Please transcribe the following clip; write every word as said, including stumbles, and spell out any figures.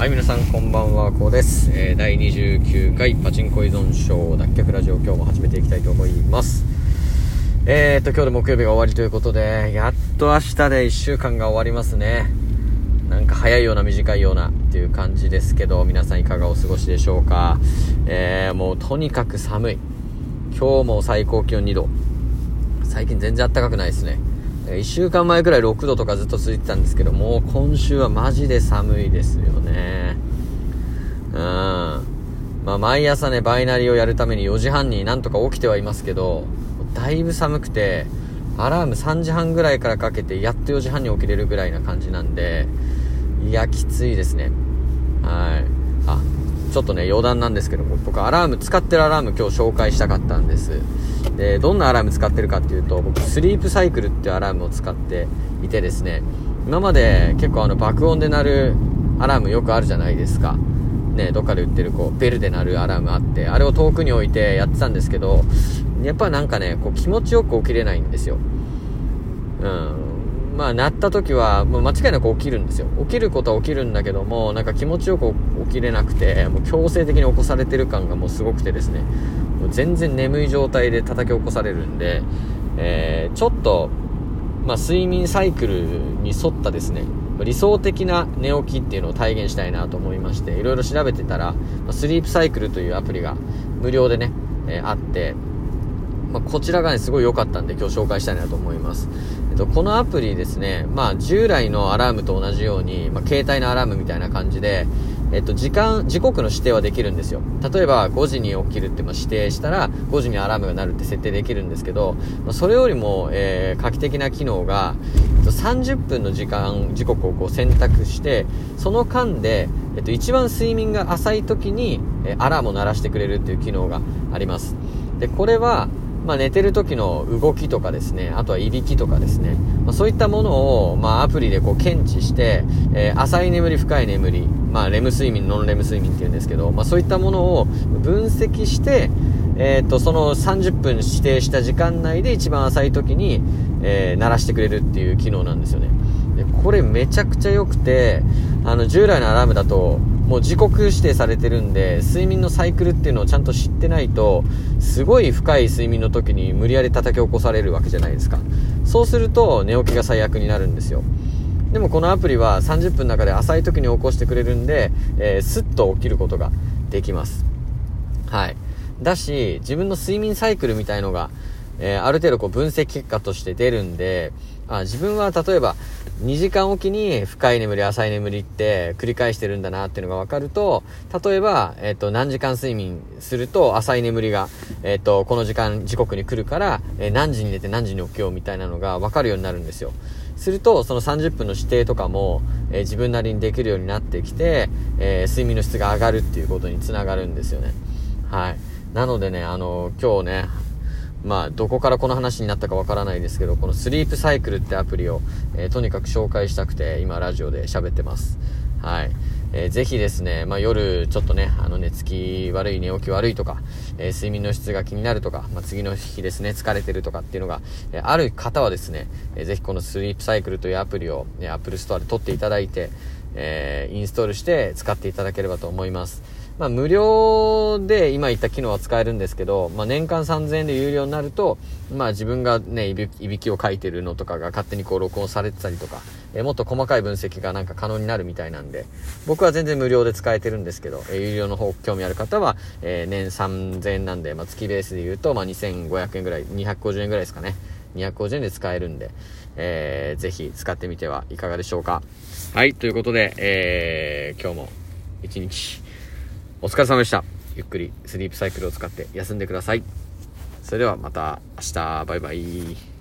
はい、皆さんこんばんは、こうです、えー、だいにじゅうきゅうかいパチンコ依存症脱却ラジオ、今日も始めていきたいと思います。えーと今日で木曜日が終わりということで、やっと明日でいっしゅうかんが終わりますね。なんか早いような短いようなっていう感じですけど、皆さんいかがお過ごしでしょうか。えー、もうとにかく寒い。今日も最高気温にど、最近全然暖かくないですね。いっしゅうかんまえくらいろくどとかずっと続いてたんですけど、もう今週はマジで寒いですよね。うん。まあ毎朝ね、バイナリをやるためによじはんになんとか起きてはいますけど、だいぶ寒くて、アラームさんじはんぐらいからかけて、やっとよじはんに起きれるぐらいな感じなんで、いや、きついですね。はい。あ、ちょっとね、余談なんですけども、僕アラーム、使ってるアラーム今日紹介したかったんです。で、どんなアラーム使ってるかっていうと、僕スリープサイクルっていうアラームを使っていてですね、今まで結構あの爆音で鳴るアラームよくあるじゃないですかね。どっかで売ってるこうベルで鳴るアラームあって、あれを遠くに置いてやってたんですけど、やっぱなんかね、こう気持ちよく起きれないんですよ。うんまあ鳴った時はもう間違いなく起きるんですよ。起きることは起きるんだけども、なんか気持ちよく起きれなくて、もう強制的に起こされてる感がもうすごくてですね、もう全然眠い状態で叩き起こされるんで、えー、ちょっとまあ睡眠サイクルに沿ったですね、理想的な寝起きっていうのを体現したいなと思いまして、いろいろ調べてたらスリープサイクルというアプリが無料でね、えー、あって、まあ、こちらがねすごい良かったんで今日紹介したいなと思います。えっと、このアプリですね、まあ従来のアラームと同じように、まあ、携帯のアラームみたいな感じで、えっと時間時刻の指定はできるんですよ。例えばごじに起きるってまあ指定したらごじにアラームが鳴るって設定できるんですけど、まあ、それよりも、えー、画期的な機能が、えっと、さんじゅっぷんの時間時刻をこう選択して、その間で、えっと、一番睡眠が浅い時に、えー、アラームを鳴らしてくれるっていう機能があります。でこれはまあ、寝てる時の動きとかですね、あとはいびきとかですね、まあ、そういったものを、まあ、アプリでこう検知して、えー、浅い眠り、深い眠り、まあ、レム睡眠、ノンレム睡眠っていうんですけど、まあ、そういったものを分析して、えー、っとそのさんじゅっぷん指定した時間内で一番浅い時に、えー、鳴らしてくれるっていう機能なんですよね。でこれめちゃくちゃ良くて、あの従来のアラームだともう時刻指定されてるんで、睡眠のサイクルっていうのをちゃんと知ってないと、すごい深い睡眠の時に無理やり叩き起こされるわけじゃないですか。そうすると寝起きが最悪になるんですよ。でもこのアプリはさんじゅっぷんの中で浅い時に起こしてくれるんで、えー、スッと起きることができます。はい。だし自分の睡眠サイクルみたいのが、えー、ある程度こう分析結果として出るんで、あ自分は例えばにじかんおきに深い眠り浅い眠りって繰り返してるんだなっていうのが分かると、例えば、えっと、何時間睡眠すると浅い眠りが、えっと、この時間時刻に来るから、えー、何時に寝て何時に起きようみたいなのが分かるようになるんですよ。するとそのさんじゅっぷんの指定とかも、えー、自分なりにできるようになってきて、えー、睡眠の質が上がるっていうことにつながるんですよね。はい。なのでね、あのー、今日ね、まあどこからこの話になったかわからないですけど、このスリープサイクルってアプリを、えー、とにかく紹介したくて今ラジオで喋ってます。はい。えー、ぜひですね、まあ夜ちょっとね、あの寝つき悪い、寝起き悪いとか、えー、睡眠の質が気になるとか、まあ次の日ですね、疲れてるとかっていうのが、えー、ある方はですね、えー、ぜひこのスリープサイクルというアプリを、ね、Apple Store で取っていただいて、えー、インストールして使っていただければと思います。まあ無料で今言った機能は使えるんですけど、まあ年間さんぜんえんで有料になると、まあ自分がね、いびき、いびきを書いてるのとかが勝手にこう録音されてたりとか、えー、もっと細かい分析がなんか可能になるみたいなんで、僕は全然無料で使えてるんですけど、えー、有料の方興味ある方は、えー、年さんぜんえんなんで、まあ月ベースで言うと、まあにせんごひゃくえんぐらい、にひゃくごじゅうえんぐらいですかね。にひゃくごじゅうえんで使えるんで、えー、ぜひ使ってみてはいかがでしょうか。はい、ということで、えー、今日も一日お疲れ様でした。ゆっくりスリープサイクルを使って休んでください。それではまた明日、バイバイ。